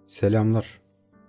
Selamlar.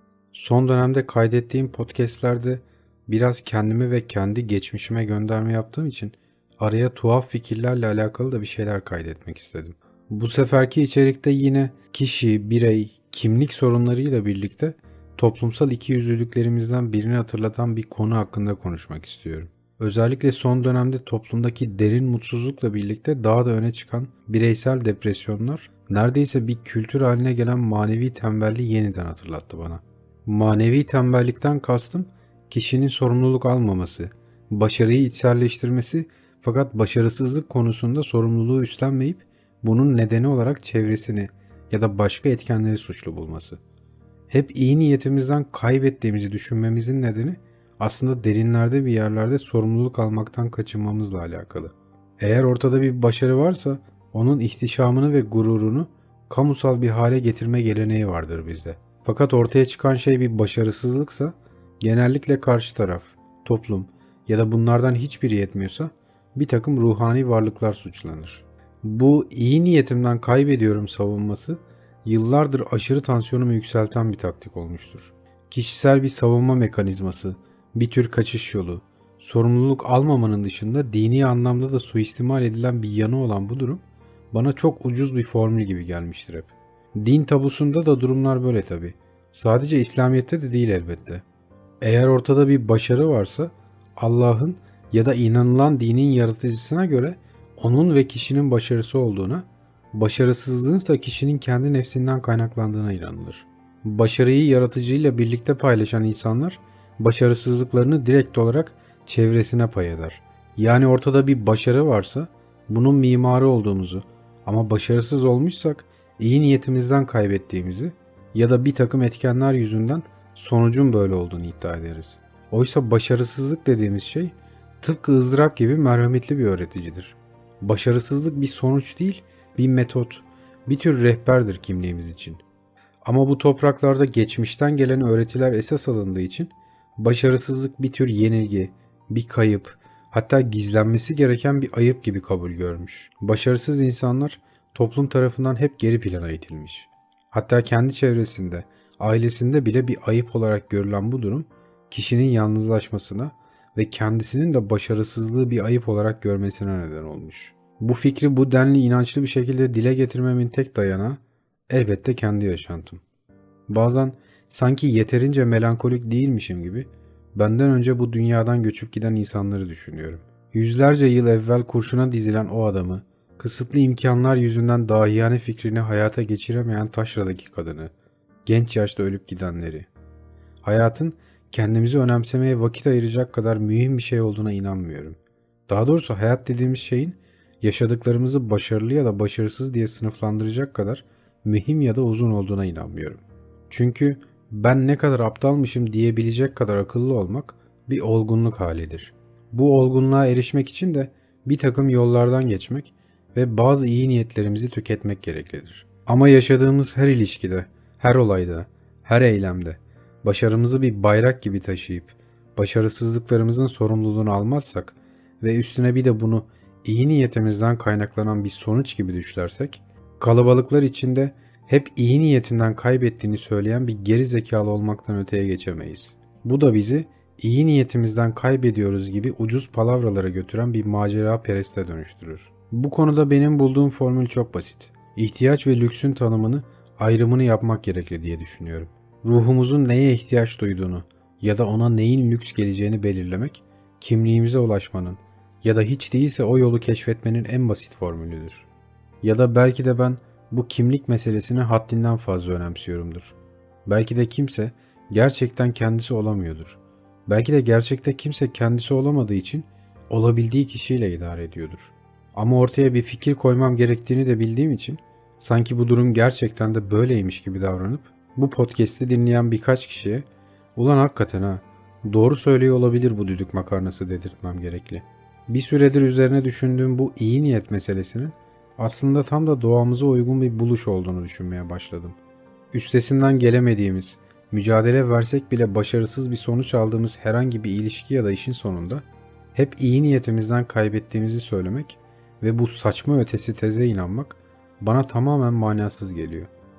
Son dönemde kaydettiğim podcastlerde biraz kendimi ve kendi geçmişime gönderme yaptığım için araya tuhaf fikirlerle alakalı da bir şeyler kaydetmek istedim. Bu seferki içerikte yine kişi, birey, kimlik sorunlarıyla birlikte toplumsal ikiyüzlülüklerimizden birini hatırlatan bir konu hakkında konuşmak istiyorum. Özellikle son dönemde toplumdaki derin mutsuzlukla birlikte daha da öne çıkan bireysel depresyonlar neredeyse bir kültür haline gelen manevi tembelliği yeniden hatırlattı bana. Manevi tembellikten kastım kişinin sorumluluk almaması, başarıyı içselleştirmesi fakat başarısızlık konusunda sorumluluğu üstlenmeyip bunun nedeni olarak çevresini ya da başka etkenleri suçlu bulması. Hep iyi niyetimizden kaybettiğimizi düşünmemizin nedeni aslında derinlerde bir yerlerde sorumluluk almaktan kaçınmamızla alakalı. Eğer ortada bir başarı varsa onun ihtişamını ve gururunu kamusal bir hale getirme geleneği vardır bizde. Fakat ortaya çıkan şey bir başarısızlıksa genellikle karşı taraf, toplum ya da bunlardan hiçbiri yetmiyorsa bir takım ruhani varlıklar suçlanır. Bu iyi niyetimden kaybediyorum savunması yıllardır aşırı tansiyonumu yükselten bir taktik olmuştur. Kişisel bir savunma mekanizması, bir tür kaçış yolu, sorumluluk almamanın dışında dini anlamda da suistimal edilen bir yanı olan bu durum bana çok ucuz bir formül gibi gelmiştir hep. Din tabusunda da durumlar böyle tabi. Sadece İslamiyet'te de değil elbette. Eğer ortada bir başarı varsa Allah'ın ya da inanılan dinin yaratıcısına göre onun ve kişinin başarısı olduğuna, başarısızlığınsa kişinin kendi nefsinden kaynaklandığına inanılır. Başarıyı yaratıcıyla birlikte paylaşan insanlar başarısızlıklarını direkt olarak çevresine pay eder. Yani ortada bir başarı varsa bunun mimarı olduğumuzu ama başarısız olmuşsak iyi niyetimizden kaybettiğimizi ya da bir takım etkenler yüzünden sonucun böyle olduğunu iddia ederiz. Oysa başarısızlık dediğimiz şey tıpkı ızdırap gibi merhametli bir öğreticidir. Başarısızlık bir sonuç değil, bir metot, bir tür rehberdir kimliğimiz için. Ama bu topraklarda geçmişten gelen öğretiler esas alındığı için başarısızlık bir tür yenilgi, bir kayıp, hatta gizlenmesi gereken bir ayıp gibi kabul görmüş. Başarısız insanlar toplum tarafından hep geri plana itilmiş. Hatta kendi çevresinde, ailesinde bile bir ayıp olarak görülen bu durum kişinin yalnızlaşmasına ve kendisinin de başarısızlığı bir ayıp olarak görmesine neden olmuş. Bu fikri bu denli inançlı bir şekilde dile getirmemin tek dayanağı elbette kendi yaşantım. Bazen sanki yeterince melankolik değilmişim gibi benden önce bu dünyadan göçüp giden insanları düşünüyorum. Yüzlerce yıl evvel kurşuna dizilen o adamı, kısıtlı imkanlar yüzünden dahiyane fikrini hayata geçiremeyen taşradaki kadını, genç yaşta ölüp gidenleri. Hayatın kendimizi önemsemeye vakit ayıracak kadar mühim bir şey olduğuna inanmıyorum. Daha doğrusu hayat dediğimiz şeyin yaşadıklarımızı başarılı ya da başarısız diye sınıflandıracak kadar mühim ya da uzun olduğuna inanmıyorum. Çünkü ben ne kadar aptalmışım diyebilecek kadar akıllı olmak bir olgunluk halidir. Bu olgunluğa erişmek için de bir takım yollardan geçmek ve bazı iyi niyetlerimizi tüketmek gereklidir. Ama yaşadığımız her ilişkide, her olayda, her eylemde başarımızı bir bayrak gibi taşıyıp başarısızlıklarımızın sorumluluğunu almazsak ve üstüne bir de bunu iyi niyetimizden kaynaklanan bir sonuç gibi düşlersek, kalabalıklar içinde hep iyi niyetinden kaybettiğini söyleyen bir geri zekalı olmaktan öteye geçemeyiz. Bu da bizi iyi niyetimizden kaybediyoruz gibi ucuz palavralara götüren bir macera pereste dönüştürür. Bu konuda benim bulduğum formül çok basit. İhtiyaç ve lüksün tanımını, ayrımını yapmak gerekli diye düşünüyorum. Ruhumuzun neye ihtiyaç duyduğunu ya da ona neyin lüks geleceğini belirlemek, kimliğimize ulaşmanın ya da hiç değilse o yolu keşfetmenin en basit formülüdür. Ya da belki de ben bu kimlik meselesini haddinden fazla önemsiyorumdur. Belki de kimse gerçekten kendisi olamıyordur. Belki de gerçekte kimse kendisi olamadığı için olabildiği kişiyle idare ediyordur. Ama ortaya bir fikir koymam gerektiğini de bildiğim için sanki bu durum gerçekten de böyleymiş gibi davranıp bu podcast'i dinleyen birkaç kişiye "Ulan hakikaten ha, doğru söylüyor olabilir bu düdük makarnası" dedirtmem gerekli. Bir süredir üzerine düşündüğüm bu iyi niyet meselesinin aslında tam da doğamıza uygun bir buluş olduğunu düşünmeye başladım. Üstesinden gelemediğimiz, mücadele versek bile başarısız bir sonuç aldığımız herhangi bir ilişki ya da işin sonunda hep iyi niyetimizden kaybettiğimizi söylemek ve bu saçma ötesi teze inanmak bana tamamen manasız geliyor.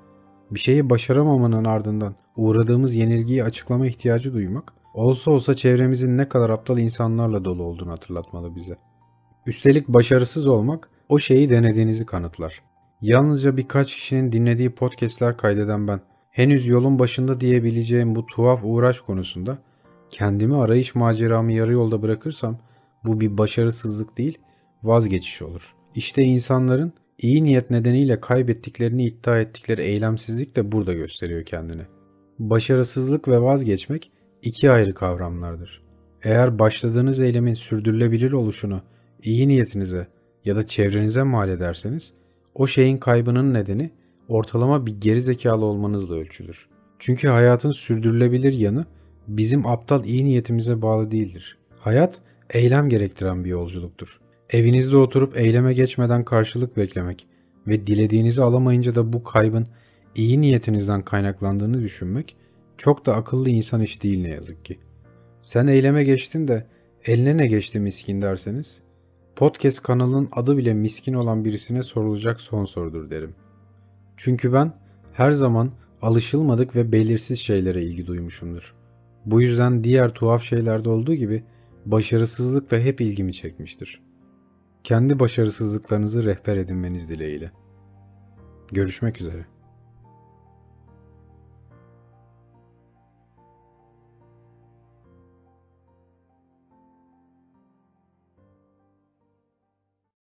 Bir şeyi başaramamanın ardından uğradığımız yenilgiyi açıklama ihtiyacı duymak, olsa olsa çevremizin ne kadar aptal insanlarla dolu olduğunu hatırlatmalı bize. Üstelik başarısız olmak o şeyi denediğinizi kanıtlar. Yalnızca birkaç kişinin dinlediği podcastler kaydeden ben, henüz yolun başında diyebileceğim bu tuhaf uğraş konusunda kendimi arayış maceramı yarı yolda bırakırsam bu bir başarısızlık değil, vazgeçiş olur. İşte insanların iyi niyet nedeniyle kaybettiklerini iddia ettikleri eylemsizlik de burada gösteriyor kendini. Başarısızlık ve vazgeçmek iki ayrı kavramlardır. Eğer başladığınız eylemin sürdürülebilir oluşunu iyi niyetinize ya da çevrenize mal ederseniz, o şeyin kaybının nedeni ortalama bir gerizekalı olmanızla ölçülür. Çünkü hayatın sürdürülebilir yanı bizim aptal iyi niyetimize bağlı değildir. Hayat eylem gerektiren bir yolculuktur. Evinizde oturup eyleme geçmeden karşılık beklemek ve dilediğinizi alamayınca da bu kaybın iyi niyetinizden kaynaklandığını düşünmek çok da akıllı insan işi değil ne yazık ki. Sen eyleme geçtin de eline ne geçti miskin derseniz, podcast kanalının adı bile miskin olan birisine sorulacak son sorudur derim. Çünkü ben her zaman alışılmadık ve belirsiz şeylere ilgi duymuşumdur. Bu yüzden diğer tuhaf şeylerde olduğu gibi başarısızlık da hep ilgimi çekmiştir. Kendi başarısızlıklarınızı rehber edinmeniz dileğiyle. Görüşmek üzere.